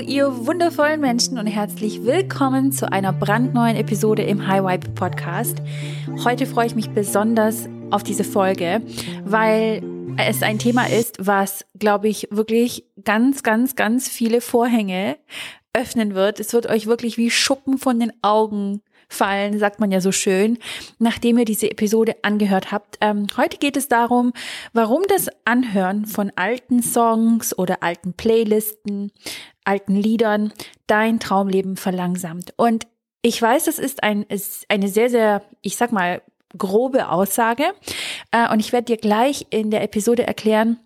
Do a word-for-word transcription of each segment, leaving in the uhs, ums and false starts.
ihr wundervollen Menschen und herzlich willkommen zu einer brandneuen Episode im High Vibe Podcast. Heute freue ich mich besonders auf diese Folge, weil es ein Thema ist, was, glaube ich, wirklich ganz, ganz, ganz viele Vorhänge öffnen wird. Es wird euch wirklich wie Schuppen von den Augen fallen, sagt man ja so schön, nachdem ihr diese Episode angehört habt. Ähm, heute geht es darum, warum das Anhören von alten Songs oder alten Playlisten, alten Liedern dein Traumleben verlangsamt. Und ich weiß, das ist, ein, ist eine sehr, sehr, ich sag mal, grobe Aussage. Äh, und ich werde dir gleich in der Episode erklären,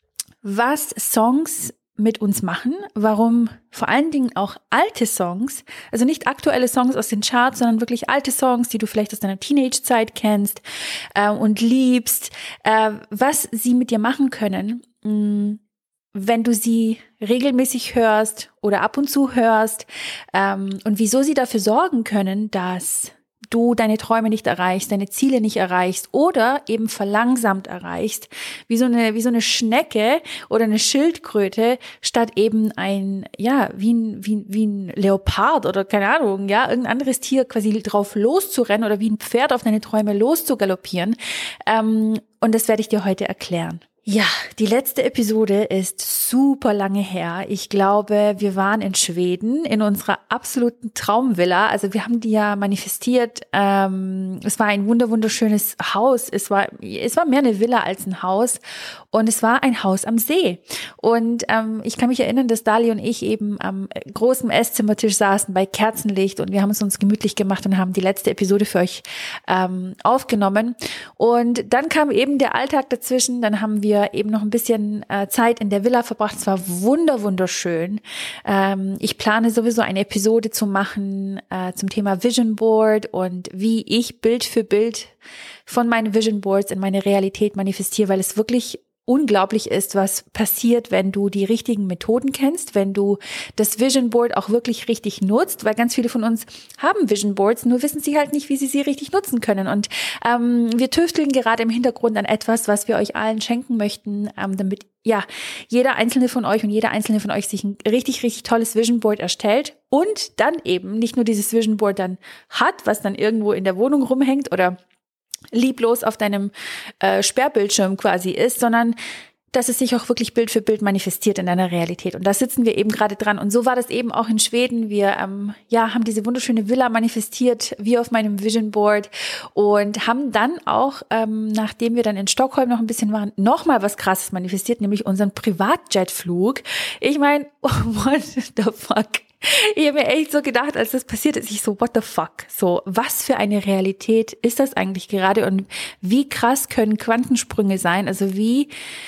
was Songs mit uns machen, warum vor allen Dingen auch alte Songs, also nicht aktuelle Songs aus den Charts, sondern wirklich alte Songs, die du vielleicht aus deiner Teenage-Zeit kennst äh, und liebst, äh, was sie mit dir machen können, mh, wenn du sie regelmäßig hörst oder ab und zu hörst ähm, und wieso sie dafür sorgen können, dass du deine Träume nicht erreichst, deine Ziele nicht erreichst oder eben verlangsamt erreichst, wie so eine wie so eine Schnecke oder eine Schildkröte, statt eben ein, ja, wie ein, wie, wie ein Leopard oder keine Ahnung, ja, irgendein anderes Tier quasi drauf loszurennen oder wie ein Pferd auf deine Träume loszugaloppieren. Ähm, und das werde ich dir heute erklären. Ja, die letzte Episode ist super lange her. Ich glaube, wir waren in Schweden in unserer absoluten Traumvilla. Also wir haben die ja manifestiert. Ähm, es war ein wunder wunderschönes Haus. Es war es war mehr eine Villa als ein Haus und es war ein Haus am See. Und ähm, ich kann mich erinnern, dass Dali und ich eben am großen Esszimmertisch saßen bei Kerzenlicht und wir haben es uns gemütlich gemacht und haben die letzte Episode für euch ähm, aufgenommen. Und dann kam eben der Alltag dazwischen. Dann haben wir eben noch ein bisschen äh, Zeit in der Villa verbracht. Es war wunder wunderschön. Ähm, ich plane sowieso eine Episode zu machen äh, zum Thema Vision Board und wie ich Bild für Bild von meinen Vision Boards in meine Realität manifestiere, weil es wirklich unglaublich ist, was passiert, wenn du die richtigen Methoden kennst, wenn du das Vision Board auch wirklich richtig nutzt, weil ganz viele von uns haben Vision Boards, nur wissen sie halt nicht, wie sie sie richtig nutzen können. Und ähm, wir tüfteln gerade im Hintergrund an etwas, was wir euch allen schenken möchten, ähm, damit ja jeder einzelne von euch und jeder einzelne von euch sich ein richtig, richtig tolles Vision Board erstellt und dann eben nicht nur dieses Vision Board dann hat, was dann irgendwo in der Wohnung rumhängt oder lieblos auf deinem äh, Sperrbildschirm quasi ist, sondern dass es sich auch wirklich Bild für Bild manifestiert in deiner Realität. Und da sitzen wir eben gerade dran. Und so war das eben auch in Schweden. Wir ähm, ja haben diese wunderschöne Villa manifestiert, wie auf meinem Vision Board, und haben dann auch, ähm, nachdem wir dann in Stockholm noch ein bisschen waren, nochmal was Krasses manifestiert, nämlich unseren Privatjetflug. Ich meine, oh, what the fuck? Ich habe mir echt so gedacht, als das passiert ist, ich so, what the fuck? So, was für eine Realität ist das eigentlich gerade und wie krass können Quantensprünge sein? Also wie,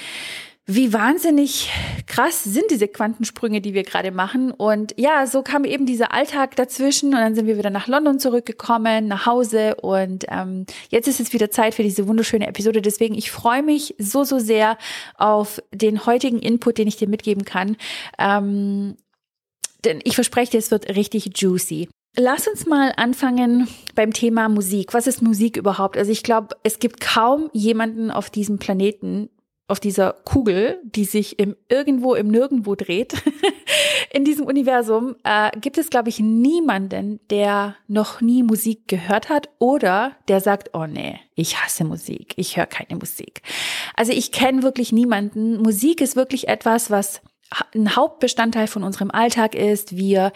wie wahnsinnig krass sind diese Quantensprünge, die wir gerade machen? Und ja, so kam eben dieser Alltag dazwischen und dann sind wir wieder nach London zurückgekommen, nach Hause, und ähm, jetzt ist es wieder Zeit für diese wunderschöne Episode. Deswegen, ich freue mich so, so sehr auf den heutigen Input, den ich dir mitgeben kann. Ähm, Denn ich verspreche dir, es wird richtig juicy. Lass uns mal anfangen beim Thema Musik. Was ist Musik überhaupt? Also ich glaube, es gibt kaum jemanden auf diesem Planeten, auf dieser Kugel, die sich im irgendwo im Nirgendwo dreht. In diesem Universum äh, gibt es, glaube ich, niemanden, der noch nie Musik gehört hat oder der sagt, oh nee, ich hasse Musik, ich höre keine Musik. Also ich kenne wirklich niemanden. Musik ist wirklich etwas, was ein Hauptbestandteil von unserem Alltag ist. Wir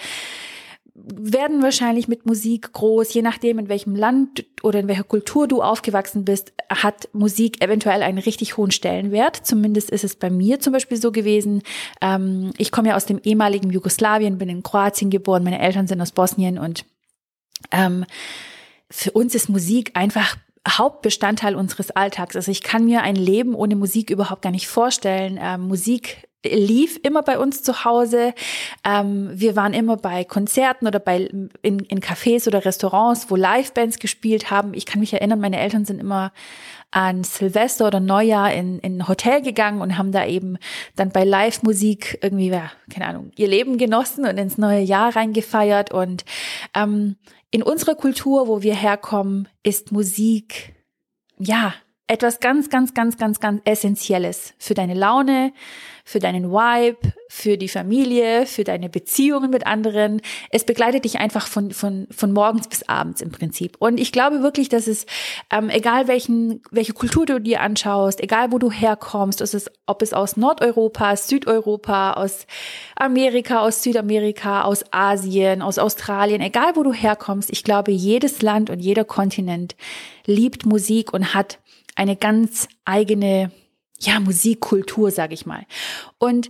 werden wahrscheinlich mit Musik groß, je nachdem, in welchem Land oder in welcher Kultur du aufgewachsen bist, hat Musik eventuell einen richtig hohen Stellenwert. Zumindest ist es bei mir zum Beispiel so gewesen. Ähm, ich komme ja aus dem ehemaligen Jugoslawien, bin in Kroatien geboren, meine Eltern sind aus Bosnien, und ähm, für uns ist Musik einfach Hauptbestandteil unseres Alltags. Also ich kann mir ein Leben ohne Musik überhaupt gar nicht vorstellen. Ähm, Musik lief immer bei uns zu Hause. Ähm, wir waren immer bei Konzerten oder bei in, in Cafés oder Restaurants, wo Livebands gespielt haben. Ich kann mich erinnern, meine Eltern sind immer an Silvester oder Neujahr in, in ein Hotel gegangen und haben da eben dann bei Live-Musik irgendwie, ja, keine Ahnung, ihr Leben genossen und ins neue Jahr reingefeiert. Und ähm, in unserer Kultur, wo wir herkommen, ist Musik, ja, etwas ganz, ganz, ganz, ganz, ganz Essentielles für deine Laune, für deinen Vibe, für die Familie, für deine Beziehungen mit anderen. Es begleitet dich einfach von von von morgens bis abends im Prinzip. Und ich glaube wirklich, dass es, ähm, egal welchen welche Kultur du dir anschaust, egal wo du herkommst, ist es, ob es aus Nordeuropa, Südeuropa, aus Amerika, aus Südamerika, aus Asien, aus Australien, egal wo du herkommst, ich glaube, jedes Land und jeder Kontinent liebt Musik und hat eine ganz eigene, ja, Musikkultur, sage ich mal. Und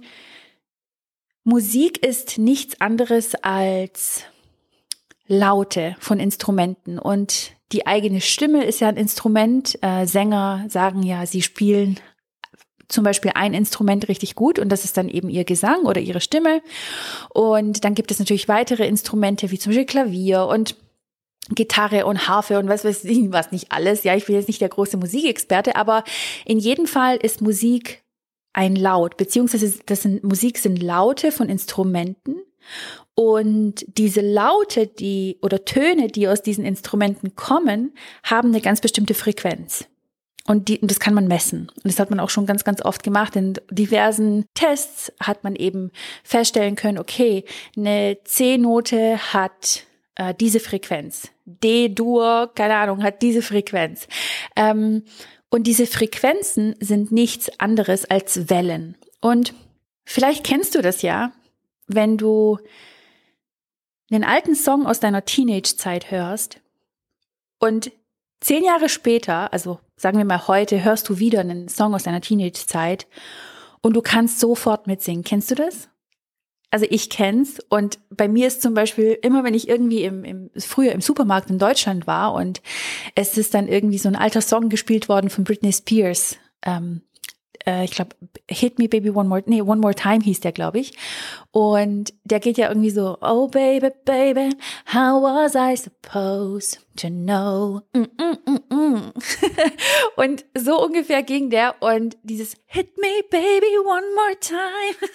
Musik ist nichts anderes als Laute von Instrumenten. Und die eigene Stimme ist ja ein Instrument. Äh, Sänger sagen ja, sie spielen zum Beispiel ein Instrument richtig gut und das ist dann eben ihr Gesang oder ihre Stimme. Und dann gibt es natürlich weitere Instrumente, wie zum Beispiel Klavier und Gitarre und Harfe und was weiß ich, was nicht alles. Ja, ich bin jetzt nicht der große Musikexperte, aber in jedem Fall ist Musik ein Laut, beziehungsweise das sind, Musik sind Laute von Instrumenten und diese Laute, die oder Töne, die aus diesen Instrumenten kommen, haben eine ganz bestimmte Frequenz. Und, die, und das kann man messen. Und das hat man auch schon ganz, ganz oft gemacht. In diversen Tests hat man eben feststellen können, okay, eine C-Note hat äh, diese Frequenz. D-Dur, keine Ahnung, hat diese Frequenz. Ähm, und diese Frequenzen sind nichts anderes als Wellen. Und vielleicht kennst du das ja, wenn du einen alten Song aus deiner Teenage-Zeit hörst und zehn Jahre später, also sagen wir mal heute, hörst du wieder einen Song aus deiner Teenage-Zeit und du kannst sofort mitsingen. Kennst du das? Also ich kenn's und bei mir ist zum Beispiel immer, wenn ich irgendwie im, im früher im Supermarkt in Deutschland war und es ist dann irgendwie so ein alter Song gespielt worden von Britney Spears, ähm, äh, ich glaube Hit Me Baby One More, nee One More Time hieß der, glaube ich, und der geht ja irgendwie so, oh baby baby, how was I supposed to know? Mm, mm, mm, mm. Und so ungefähr ging der und dieses Hit Me Baby One More Time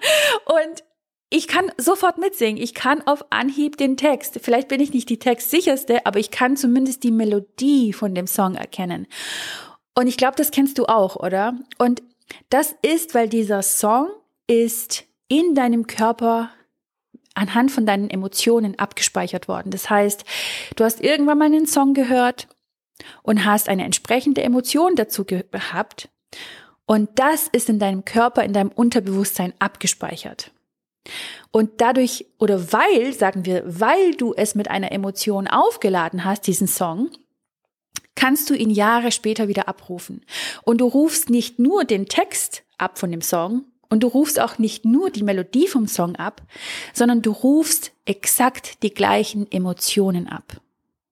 und ich kann sofort mitsingen. Ich kann auf Anhieb den Text. Vielleicht bin ich nicht die textsicherste, aber ich kann zumindest die Melodie von dem Song erkennen. Und ich glaube, das kennst du auch, oder? Und das ist, weil dieser Song ist in deinem Körper anhand von deinen Emotionen abgespeichert worden. Das heißt, du hast irgendwann mal einen Song gehört und hast eine entsprechende Emotion dazu gehabt. Und das ist in deinem Körper, in deinem Unterbewusstsein abgespeichert. Und dadurch, oder weil, sagen wir, weil du es mit einer Emotion aufgeladen hast, diesen Song, kannst du ihn Jahre später wieder abrufen. Und du rufst nicht nur den Text ab von dem Song und du rufst auch nicht nur die Melodie vom Song ab, sondern du rufst exakt die gleichen Emotionen ab.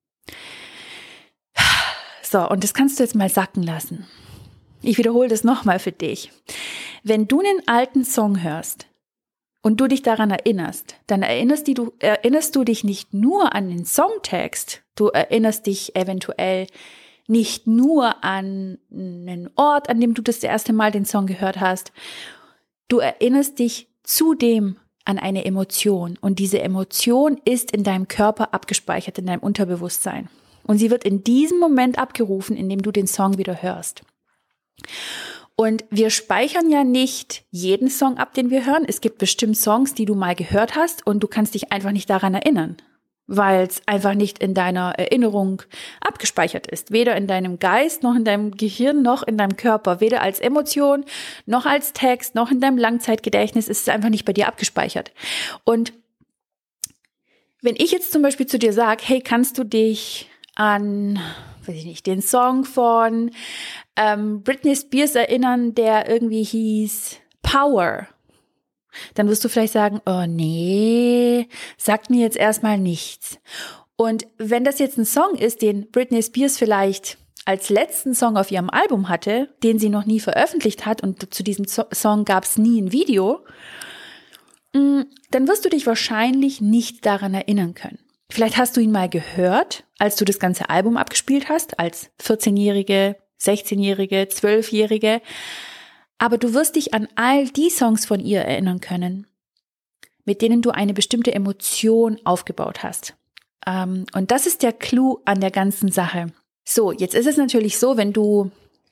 So, und das kannst du jetzt mal sacken lassen. Ich wiederhole das nochmal für dich. Wenn du einen alten Song hörst, und du dich daran erinnerst, dann erinnerst, die, du, erinnerst du dich nicht nur an den Songtext, du erinnerst dich eventuell nicht nur an einen Ort, an dem du das erste Mal den Song gehört hast, du erinnerst dich zudem an eine Emotion und diese Emotion ist in deinem Körper abgespeichert, in deinem Unterbewusstsein und sie wird in diesem Moment abgerufen, in dem du den Song wieder hörst. Und wir speichern ja nicht jeden Song ab, den wir hören. Es gibt bestimmt Songs, die du mal gehört hast und du kannst dich einfach nicht daran erinnern, weil es einfach nicht in deiner Erinnerung abgespeichert ist. Weder in deinem Geist, noch in deinem Gehirn, noch in deinem Körper. Weder als Emotion, noch als Text, noch in deinem Langzeitgedächtnis ist es einfach nicht bei dir abgespeichert. Und wenn ich jetzt zum Beispiel zu dir sage, hey, kannst du dich an, weiß ich nicht, den Song von ähm, Britney Spears erinnern, der irgendwie hieß Power, dann wirst du vielleicht sagen, oh nee, sagt mir jetzt erstmal nichts. Und wenn das jetzt ein Song ist, den Britney Spears vielleicht als letzten Song auf ihrem Album hatte, den sie noch nie veröffentlicht hat und zu diesem so- Song gab es nie ein Video, mh, dann wirst du dich wahrscheinlich nicht daran erinnern können. Vielleicht hast du ihn mal gehört, als du das ganze Album abgespielt hast, als vierzehnjährige, sechzehnjährige, zwölfjährige. Aber du wirst dich an all die Songs von ihr erinnern können, mit denen du eine bestimmte Emotion aufgebaut hast. Und das ist der Clou an der ganzen Sache. So, jetzt ist es natürlich so, wenn du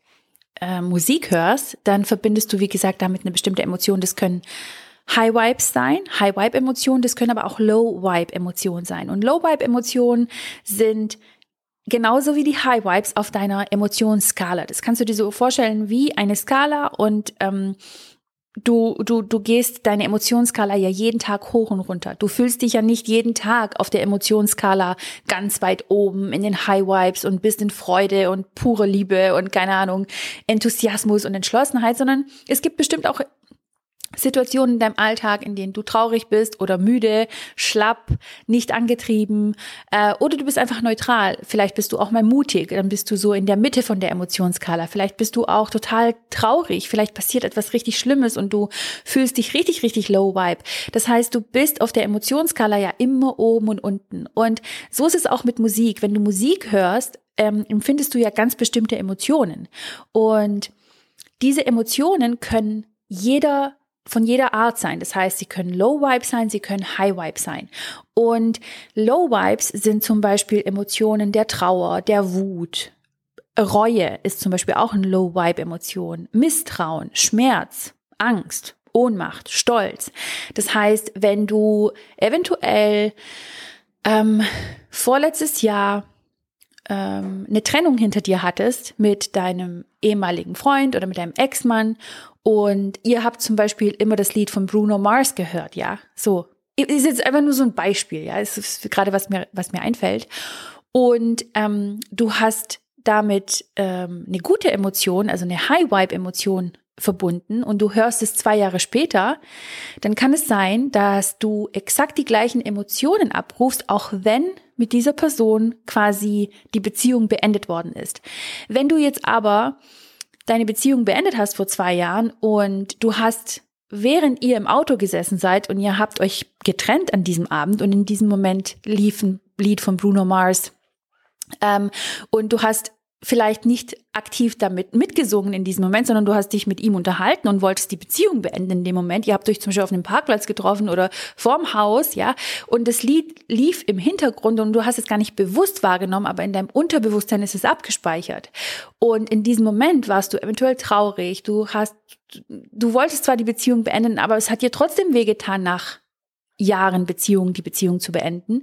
äh, Musik hörst, dann verbindest du, wie gesagt, damit eine bestimmte Emotion. Das können High-Vibes sein, High-Vibe-Emotionen, das können aber auch Low-Vibe-Emotionen sein. Und Low-Vibe-Emotionen sind genauso wie die High-Vibes auf deiner Emotionsskala. Das kannst du dir so vorstellen wie eine Skala und ähm, Du, du, du gehst deine Emotionsskala ja jeden Tag hoch und runter. Du fühlst dich ja nicht jeden Tag auf der Emotionsskala ganz weit oben in den High Vibes und bist in Freude und pure Liebe und keine Ahnung, Enthusiasmus und Entschlossenheit, sondern es gibt bestimmt auch Situationen in deinem Alltag, in denen du traurig bist oder müde, schlapp, nicht angetrieben äh, oder du bist einfach neutral. Vielleicht bist du auch mal mutig, dann bist du so in der Mitte von der Emotionsskala. Vielleicht bist du auch total traurig, vielleicht passiert etwas richtig Schlimmes und du fühlst dich richtig, richtig low vibe. Das heißt, du bist auf der Emotionsskala ja immer oben und unten. Und so ist es auch mit Musik. Wenn du Musik hörst, ähm, empfindest du ja ganz bestimmte Emotionen. Und diese Emotionen können jeder von jeder Art sein. Das heißt, sie können Low Vibe sein, sie können High Vibe sein. Und Low Vibes sind zum Beispiel Emotionen der Trauer, der Wut. Reue ist zum Beispiel auch eine Low Vibe Emotion. Misstrauen, Schmerz, Angst, Ohnmacht, Stolz. Das heißt, wenn du eventuell ähm, vorletztes Jahr ähm, eine Trennung hinter dir hattest mit deinem ehemaligen Freund oder mit deinem Ex-Mann und ihr habt zum Beispiel immer das Lied von Bruno Mars gehört, ja, so. Ist jetzt einfach nur so ein Beispiel, ja, es ist gerade was mir, was mir einfällt. Und ähm, du hast damit ähm, eine gute Emotion, also eine High-Vibe-Emotion verbunden und du hörst es zwei Jahre später, dann kann es sein, dass du exakt die gleichen Emotionen abrufst, auch wenn mit dieser Person quasi die Beziehung beendet worden ist. Wenn du jetzt aber deine Beziehung beendet hast vor zwei Jahren und du hast, während ihr im Auto gesessen seid und ihr habt euch getrennt an diesem Abend und in diesem Moment lief ein Lied von Bruno Mars ähm, und du hast vielleicht nicht aktiv damit mitgesungen in diesem Moment, sondern du hast dich mit ihm unterhalten und wolltest die Beziehung beenden in dem Moment. Ihr habt euch zum Beispiel auf einem Parkplatz getroffen oder vorm Haus, ja, und das Lied lief im Hintergrund und du hast es gar nicht bewusst wahrgenommen, aber in deinem Unterbewusstsein ist es abgespeichert. Und in diesem Moment warst du eventuell traurig, du hast, du wolltest zwar die Beziehung beenden, aber es hat dir trotzdem wehgetan, nach Jahren Beziehung die Beziehung zu beenden.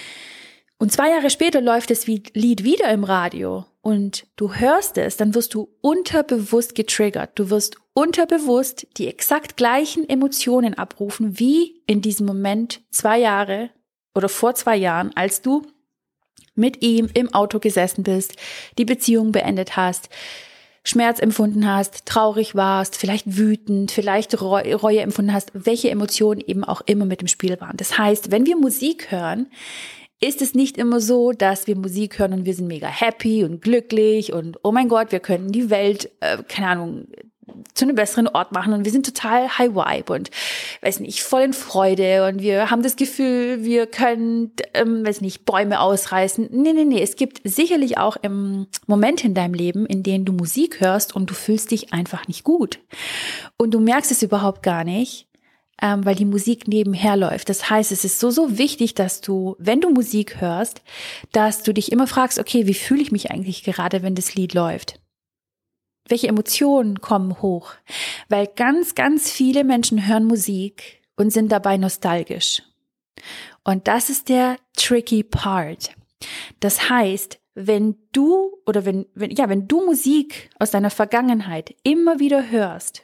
Und zwei Jahre später läuft das Lied wieder im Radio und du hörst es, dann wirst du unterbewusst getriggert. Du wirst unterbewusst die exakt gleichen Emotionen abrufen wie in diesem Moment zwei Jahre oder vor zwei Jahren, als du mit ihm im Auto gesessen bist, die Beziehung beendet hast, Schmerz empfunden hast, traurig warst, vielleicht wütend, vielleicht Reue empfunden hast, welche Emotionen eben auch immer mit im Spiel waren. Das heißt, wenn wir Musik hören, ist es nicht immer so, dass wir Musik hören und wir sind mega happy und glücklich und oh mein Gott, wir können die Welt, äh, keine Ahnung, zu einem besseren Ort machen und wir sind total high vibe und, weiß nicht, voll in Freude und wir haben das Gefühl, wir können, ähm, weiß nicht, Bäume ausreißen. Nee, nee, nee, es gibt sicherlich auch ähm, Momente in deinem Leben, in denen du Musik hörst und du fühlst dich einfach nicht gut und du merkst es überhaupt gar nicht, Ähm, weil die Musik nebenher läuft. Das heißt, es ist so, so wichtig, dass du, wenn du Musik hörst, dass du dich immer fragst, okay, wie fühle ich mich eigentlich gerade, wenn das Lied läuft? Welche Emotionen kommen hoch? Weil ganz, ganz viele Menschen hören Musik und sind dabei nostalgisch. Und das ist der tricky part. Das heißt, wenn du oder wenn, wenn, ja, wenn du Musik aus deiner Vergangenheit immer wieder hörst,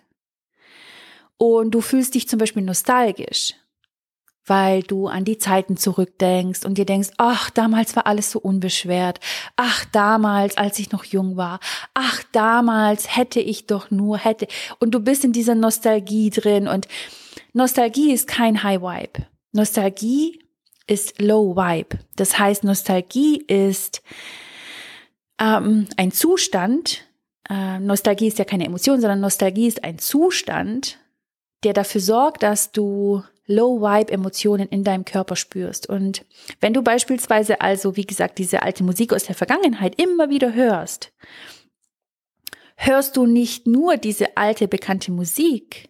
und du fühlst dich zum Beispiel nostalgisch, weil du an die Zeiten zurückdenkst und dir denkst, ach, damals war alles so unbeschwert. Ach, damals, als ich noch jung war. Ach, damals hätte ich doch nur, hätte. Und du bist in dieser Nostalgie drin. Und Nostalgie ist kein High Vibe. Nostalgie ist Low Vibe. Das heißt, Nostalgie ist ähm, ein Zustand. Äh, Nostalgie ist ja keine Emotion, sondern Nostalgie ist ein Zustand, der dafür sorgt, dass du Low-Vibe-Emotionen in deinem Körper spürst. Und wenn du beispielsweise also, wie gesagt, diese alte Musik aus der Vergangenheit immer wieder hörst, hörst du nicht nur diese alte, bekannte Musik,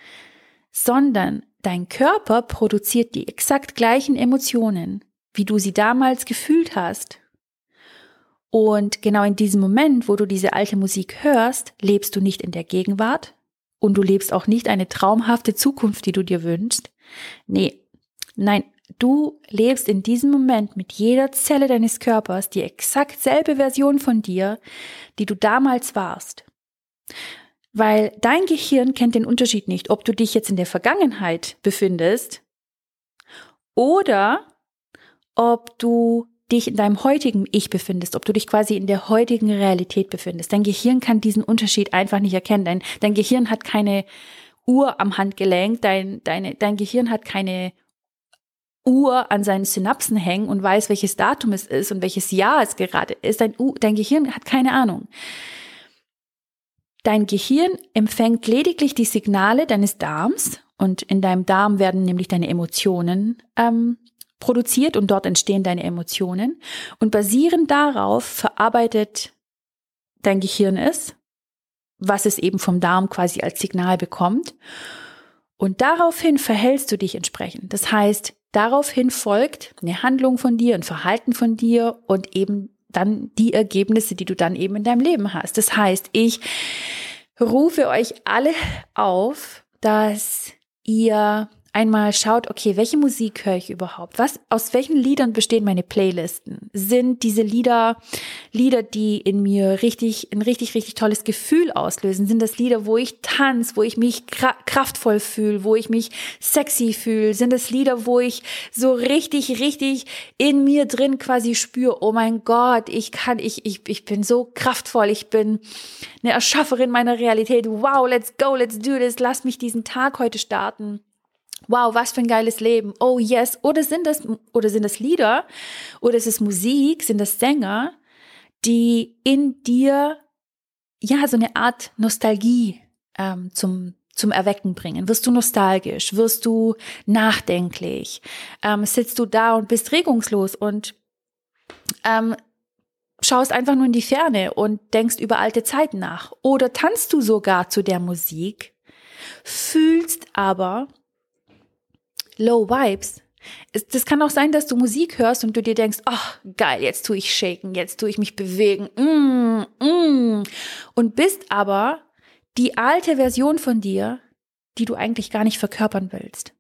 sondern dein Körper produziert die exakt gleichen Emotionen, wie du sie damals gefühlt hast. Und genau in diesem Moment, wo du diese alte Musik hörst, lebst du nicht in der Gegenwart und du lebst auch nicht eine traumhafte Zukunft, die du dir wünschst. Nee, nein, du lebst in diesem Moment mit jeder Zelle deines Körpers die exakt selbe Version von dir, die du damals warst. Weil dein Gehirn kennt den Unterschied nicht, ob du dich jetzt in der Vergangenheit befindest oder ob du dich in deinem heutigen Ich befindest, ob du dich quasi in der heutigen Realität befindest. Dein Gehirn kann diesen Unterschied einfach nicht erkennen. Dein, dein Gehirn hat keine Uhr am Handgelenk, dein, deine, dein Gehirn hat keine Uhr an seinen Synapsen hängen und weiß, welches Datum es ist und welches Jahr es gerade ist. Dein, dein Gehirn hat keine Ahnung. Dein Gehirn empfängt lediglich die Signale deines Darms und in deinem Darm werden nämlich deine Emotionen ähm, produziert und dort entstehen deine Emotionen und basierend darauf verarbeitet dein Gehirn es, was es eben vom Darm quasi als Signal bekommt und daraufhin verhältst du dich entsprechend. Das heißt, daraufhin folgt eine Handlung von dir, ein Verhalten von dir und eben dann die Ergebnisse, die du dann eben in deinem Leben hast. Das heißt, ich rufe euch alle auf, dass ihr einmal schaut, okay, welche Musik höre ich überhaupt? Was, aus welchen Liedern bestehen meine Playlisten? Sind diese Lieder, Lieder, die in mir richtig, ein richtig, richtig tolles Gefühl auslösen? Sind das Lieder, wo ich tanze, wo ich mich kra- kraftvoll fühle, wo ich mich sexy fühle? Sind das Lieder, wo ich so richtig, richtig in mir drin quasi spüre, oh mein Gott, ich kann, ich, ich, ich bin so kraftvoll, ich bin eine Erschafferin meiner Realität. Wow, let's go, let's do this. Lass mich diesen Tag heute starten. Wow, was für ein geiles Leben. Oh yes. Oder sind das, oder sind das Lieder? Oder ist es Musik? Sind das Sänger, die in dir, ja, so eine Art Nostalgie ähm, zum, zum Erwecken bringen? Wirst du nostalgisch? Wirst du nachdenklich? Ähm, sitzt du da und bist regungslos und ähm, schaust einfach nur in die Ferne und denkst über alte Zeiten nach? Oder tanzt du sogar zu der Musik, fühlst aber Low Vibes. Das kann auch sein, dass du Musik hörst und du dir denkst, ach, geil, jetzt tue ich shaken, jetzt tue ich mich bewegen, mm, mm. Und bist aber die alte Version von dir, die du eigentlich gar nicht verkörpern willst.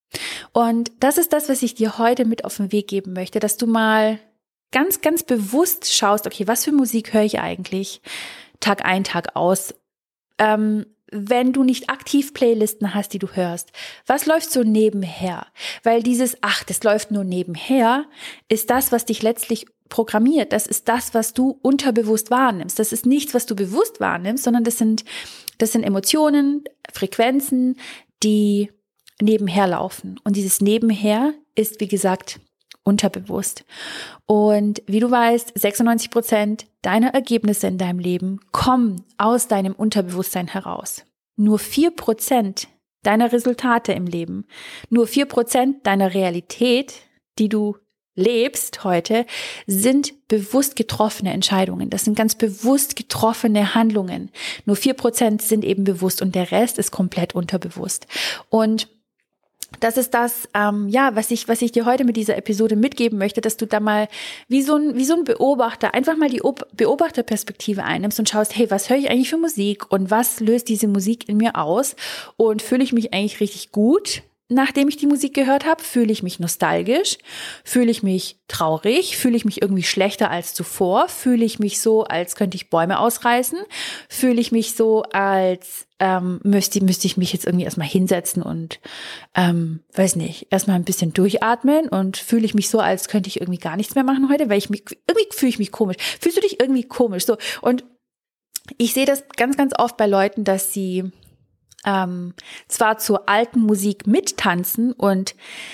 Und das ist das, was ich dir heute mit auf den Weg geben möchte, dass du mal ganz, ganz bewusst schaust, okay, was für Musik höre ich eigentlich Tag ein, Tag aus, ähm, wenn du nicht aktiv Playlisten hast, die du hörst, was läuft so nebenher? Weil dieses, ach, das läuft nur nebenher, ist das, was dich letztlich programmiert. Das ist das, was du unterbewusst wahrnimmst. Das ist nichts, was du bewusst wahrnimmst, sondern das sind, das sind Emotionen, Frequenzen, die nebenher laufen. Und dieses Nebenher ist, wie gesagt, unterbewusst. Und wie du weißt, sechsundneunzig Prozent deiner Ergebnisse in deinem Leben kommen aus deinem Unterbewusstsein heraus. Nur vier Prozent deiner Resultate im Leben, nur vier Prozent deiner Realität, die du lebst heute, sind bewusst getroffene Entscheidungen. Das sind ganz bewusst getroffene Handlungen. Nur vier Prozent sind eben bewusst und der Rest ist komplett unterbewusst. Und das ist das, ähm, ja, was ich, was ich dir heute mit dieser Episode mitgeben möchte, dass du da mal wie so ein, wie so ein Beobachter einfach mal die Beobachterperspektive einnimmst und schaust, hey, was höre ich eigentlich für Musik und was löst diese Musik in mir aus und fühle ich mich eigentlich richtig gut? Nachdem ich die Musik gehört habe, fühle ich mich nostalgisch, fühle ich mich traurig, fühle ich mich irgendwie schlechter als zuvor, fühle ich mich so, als könnte ich Bäume ausreißen, fühle ich mich so, als ähm, müsste, müsste ich mich jetzt irgendwie erstmal hinsetzen und, ähm, weiß nicht, erstmal ein bisschen durchatmen und fühle ich mich so, als könnte ich irgendwie gar nichts mehr machen heute, weil ich mich, irgendwie fühle ich mich komisch. Fühlst du dich irgendwie komisch? So. Und ich sehe das ganz, ganz oft bei Leuten, dass sie Ähm, zwar zur alten Musik mittanzen und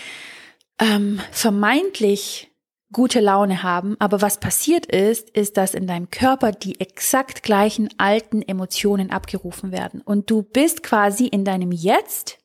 ähm, vermeintlich gute Laune haben, aber was passiert ist, ist, dass in deinem Körper die exakt gleichen alten Emotionen abgerufen werden und du bist quasi in deinem Jetzt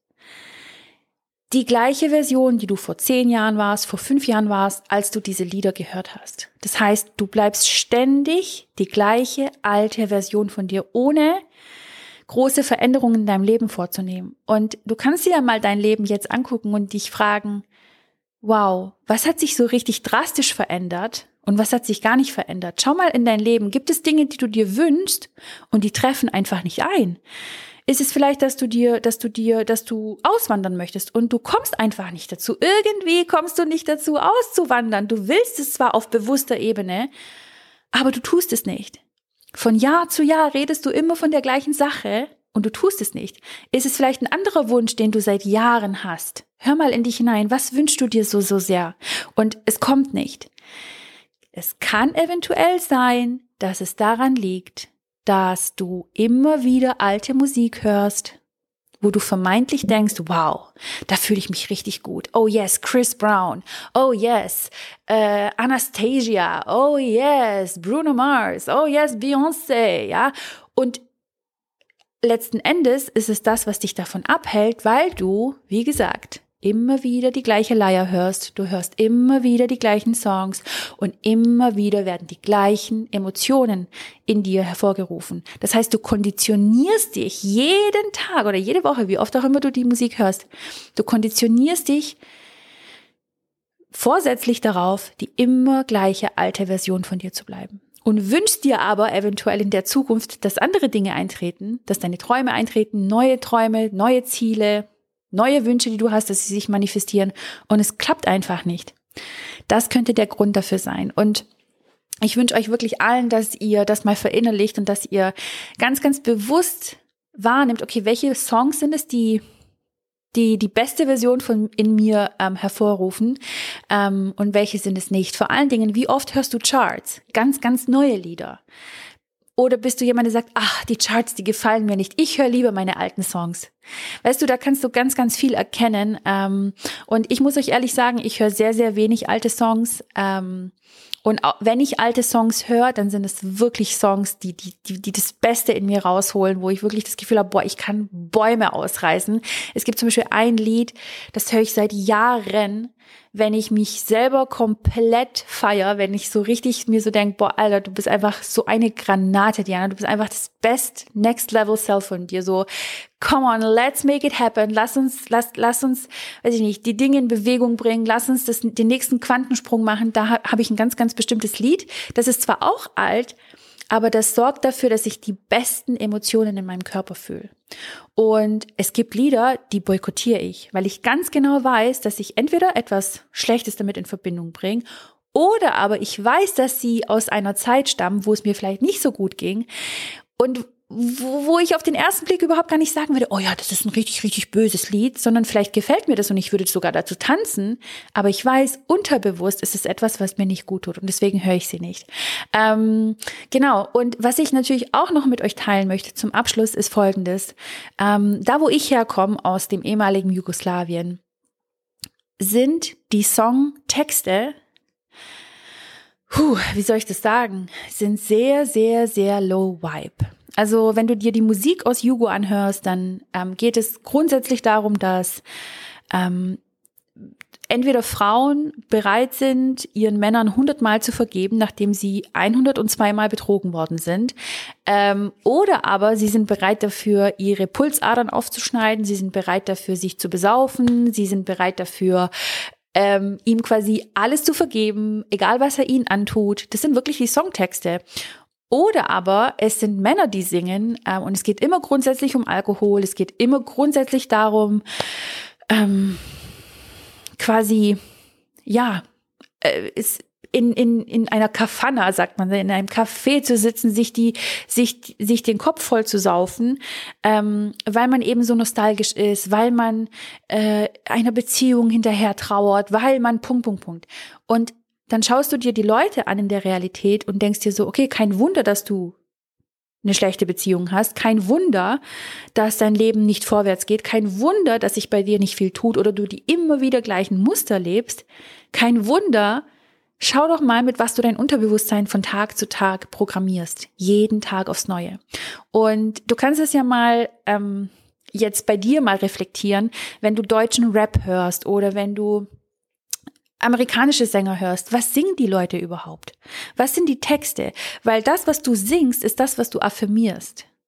die gleiche Version, die du vor zehn Jahren warst, vor fünf Jahren warst, als du diese Lieder gehört hast. Das heißt, du bleibst ständig die gleiche alte Version von dir, ohne große Veränderungen in deinem Leben vorzunehmen. Und du kannst dir ja mal dein Leben jetzt angucken und dich fragen, wow, was hat sich so richtig drastisch verändert? Und was hat sich gar nicht verändert? Schau mal in dein Leben. Gibt es Dinge, die du dir wünschst und die treffen einfach nicht ein? Ist es vielleicht, dass du dir, dass du dir, dass du auswandern möchtest und du kommst einfach nicht dazu? Irgendwie kommst du nicht dazu, auszuwandern. Du willst es zwar auf bewusster Ebene, aber du tust es nicht. Von Jahr zu Jahr redest du immer von der gleichen Sache und du tust es nicht. Ist es vielleicht ein anderer Wunsch, den du seit Jahren hast? Hör mal in dich hinein. Was wünschst du dir so, so sehr? Und es kommt nicht. Es kann eventuell sein, dass es daran liegt, dass du immer wieder alte Musik hörst, wo du vermeintlich denkst, wow, da fühle ich mich richtig gut. Oh yes, Chris Brown. Oh yes, äh, Anastasia. Oh yes, Bruno Mars. Oh yes, Beyoncé. Ja, und letzten Endes ist es das, was dich davon abhält, weil du, wie gesagt, immer wieder die gleiche Leier hörst, du hörst immer wieder die gleichen Songs und immer wieder werden die gleichen Emotionen in dir hervorgerufen. Das heißt, du konditionierst dich jeden Tag oder jede Woche, wie oft auch immer du die Musik hörst, du konditionierst dich vorsätzlich darauf, die immer gleiche alte Version von dir zu bleiben. Und wünschst dir aber eventuell in der Zukunft, dass andere Dinge eintreten, dass deine Träume eintreten, neue Träume, neue Ziele, neue Wünsche, die du hast, dass sie sich manifestieren und es klappt einfach nicht. Das könnte der Grund dafür sein. Und ich wünsche euch wirklich allen, dass ihr das mal verinnerlicht und dass ihr ganz, ganz bewusst wahrnimmt, okay, welche Songs sind es, die die die beste Version von in mir ähm, hervorrufen ähm, und welche sind es nicht. Vor allen Dingen, wie oft hörst du Charts? Ganz, ganz neue Lieder. Oder bist du jemand, der sagt, ach, die Charts, die gefallen mir nicht. Ich höre lieber meine alten Songs. Weißt du, da kannst du ganz, ganz viel erkennen. Ähm, und ich muss euch ehrlich sagen, ich höre sehr, sehr wenig alte Songs. Ähm, und auch, wenn ich alte Songs höre, dann sind es wirklich Songs, die, die, die, die das Beste in mir rausholen, wo ich wirklich das Gefühl habe, boah, ich kann Bäume ausreißen. Es gibt zum Beispiel ein Lied, das höre ich seit Jahren, wenn ich mich selber komplett feiere, wenn ich so richtig mir so denke, boah, Alter, du bist einfach so eine Granate, Diana, du bist einfach das best Next Level Self von dir, so, come on, let's make it happen, lass uns, lass, lass uns, weiß ich nicht, die Dinge in Bewegung bringen, lass uns das, den nächsten Quantensprung machen, da ha, habe ich ein ganz, ganz bestimmtes Lied, das ist zwar auch alt, aber das sorgt dafür, dass ich die besten Emotionen in meinem Körper fühle. Und es gibt Lieder, die boykottiere ich, weil ich ganz genau weiß, dass ich entweder etwas Schlechtes damit in Verbindung bringe oder aber ich weiß, dass sie aus einer Zeit stammen, wo es mir vielleicht nicht so gut ging und wo, wo ich auf den ersten Blick überhaupt gar nicht sagen würde, oh ja, das ist ein richtig, richtig böses Lied, sondern vielleicht gefällt mir das und ich würde sogar dazu tanzen, aber ich weiß, unterbewusst ist es etwas, was mir nicht gut tut und deswegen höre ich sie nicht. Ähm, genau, und was ich natürlich auch noch mit euch teilen möchte zum Abschluss ist Folgendes. Ähm, da, wo ich herkomme, aus dem ehemaligen Jugoslawien, sind die Songtexte, puh, wie soll ich das sagen, sind sehr, sehr, sehr low vibe. Also wenn du dir die Musik aus Jugo anhörst, dann ähm, geht es grundsätzlich darum, dass ähm, entweder Frauen bereit sind, ihren Männern hundertmal zu vergeben, nachdem sie hundertzwei Mal betrogen worden sind, ähm, oder aber sie sind bereit dafür, ihre Pulsadern aufzuschneiden, sie sind bereit dafür, sich zu besaufen, sie sind bereit dafür, ähm, ihm quasi alles zu vergeben, egal was er ihnen antut. Das sind wirklich die Songtexte. Oder aber es sind Männer, die singen ähm, und es geht immer grundsätzlich um Alkohol, es geht immer grundsätzlich darum, ähm, quasi, ja, äh, ist in in in einer Kafana, sagt man, in einem Café zu sitzen, sich die sich sich den Kopf voll zu saufen, ähm, weil man eben so nostalgisch ist, weil man äh, einer Beziehung hinterher trauert, weil man Punkt Punkt Punkt und dann schaust du dir die Leute an in der Realität und denkst dir so, okay, kein Wunder, dass du eine schlechte Beziehung hast, kein Wunder, dass dein Leben nicht vorwärts geht, kein Wunder, dass sich bei dir nicht viel tut oder du die immer wieder gleichen Muster lebst, kein Wunder, schau doch mal, mit was du dein Unterbewusstsein von Tag zu Tag programmierst, jeden Tag aufs Neue. Und du kannst es ja mal ähm, jetzt bei dir mal reflektieren, wenn du deutschen Rap hörst oder wenn du amerikanische Sänger hörst, was singen die Leute überhaupt? Was sind die Texte? Weil das, was du singst, ist das, was du affirmierst.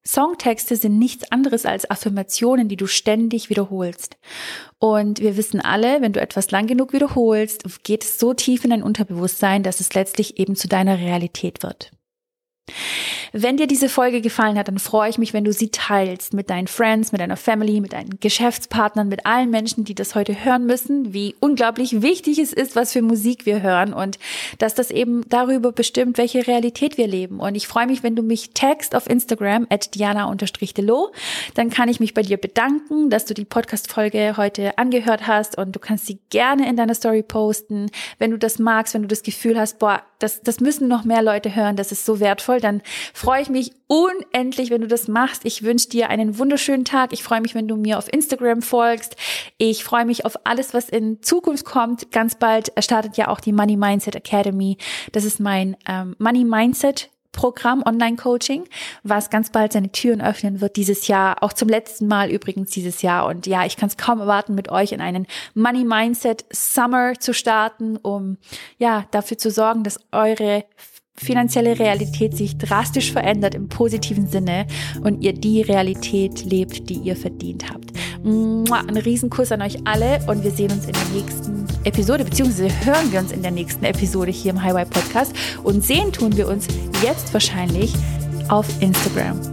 Songtexte sind nichts anderes als Affirmationen, die du ständig wiederholst. Und wir wissen alle, wenn du etwas lang genug wiederholst, geht es so tief in dein Unterbewusstsein, dass es letztlich eben zu deiner Realität wird. Wenn dir diese Folge gefallen hat, dann freue ich mich, wenn du sie teilst mit deinen Friends, mit deiner Family, mit deinen Geschäftspartnern, mit allen Menschen, die das heute hören müssen, wie unglaublich wichtig es ist, was für Musik wir hören und dass das eben darüber bestimmt, welche Realität wir leben. Und ich freue mich, wenn du mich taggst auf Instagram at diana unterstrich delo. Dann kann ich mich bei dir bedanken, dass du die Podcast-Folge heute angehört hast und du kannst sie gerne in deiner Story posten. Wenn du das magst, wenn du das Gefühl hast, boah, das, das müssen noch mehr Leute hören, das ist so wertvoll, dann freue ich mich unendlich, wenn du das machst. Ich wünsche dir einen wunderschönen Tag. Ich freue mich, wenn du mir auf Instagram folgst. Ich freue mich auf alles, was in Zukunft kommt. Ganz bald startet ja auch die Money Mindset Academy. Das ist mein ähm, Money Mindset Programm, Online-Coaching, was ganz bald seine Türen öffnen wird dieses Jahr, auch zum letzten Mal übrigens dieses Jahr. Und ja, ich kann es kaum erwarten, mit euch in einen Money Mindset Summer zu starten, um ja dafür zu sorgen, dass eure finanzielle Realität sich drastisch verändert im positiven Sinne und ihr die Realität lebt, die ihr verdient habt. Ein Riesenkuss an euch alle und wir sehen uns in der nächsten Episode, beziehungsweise hören wir uns in der nächsten Episode hier im Highway Podcast und sehen tun wir uns jetzt wahrscheinlich auf Instagram.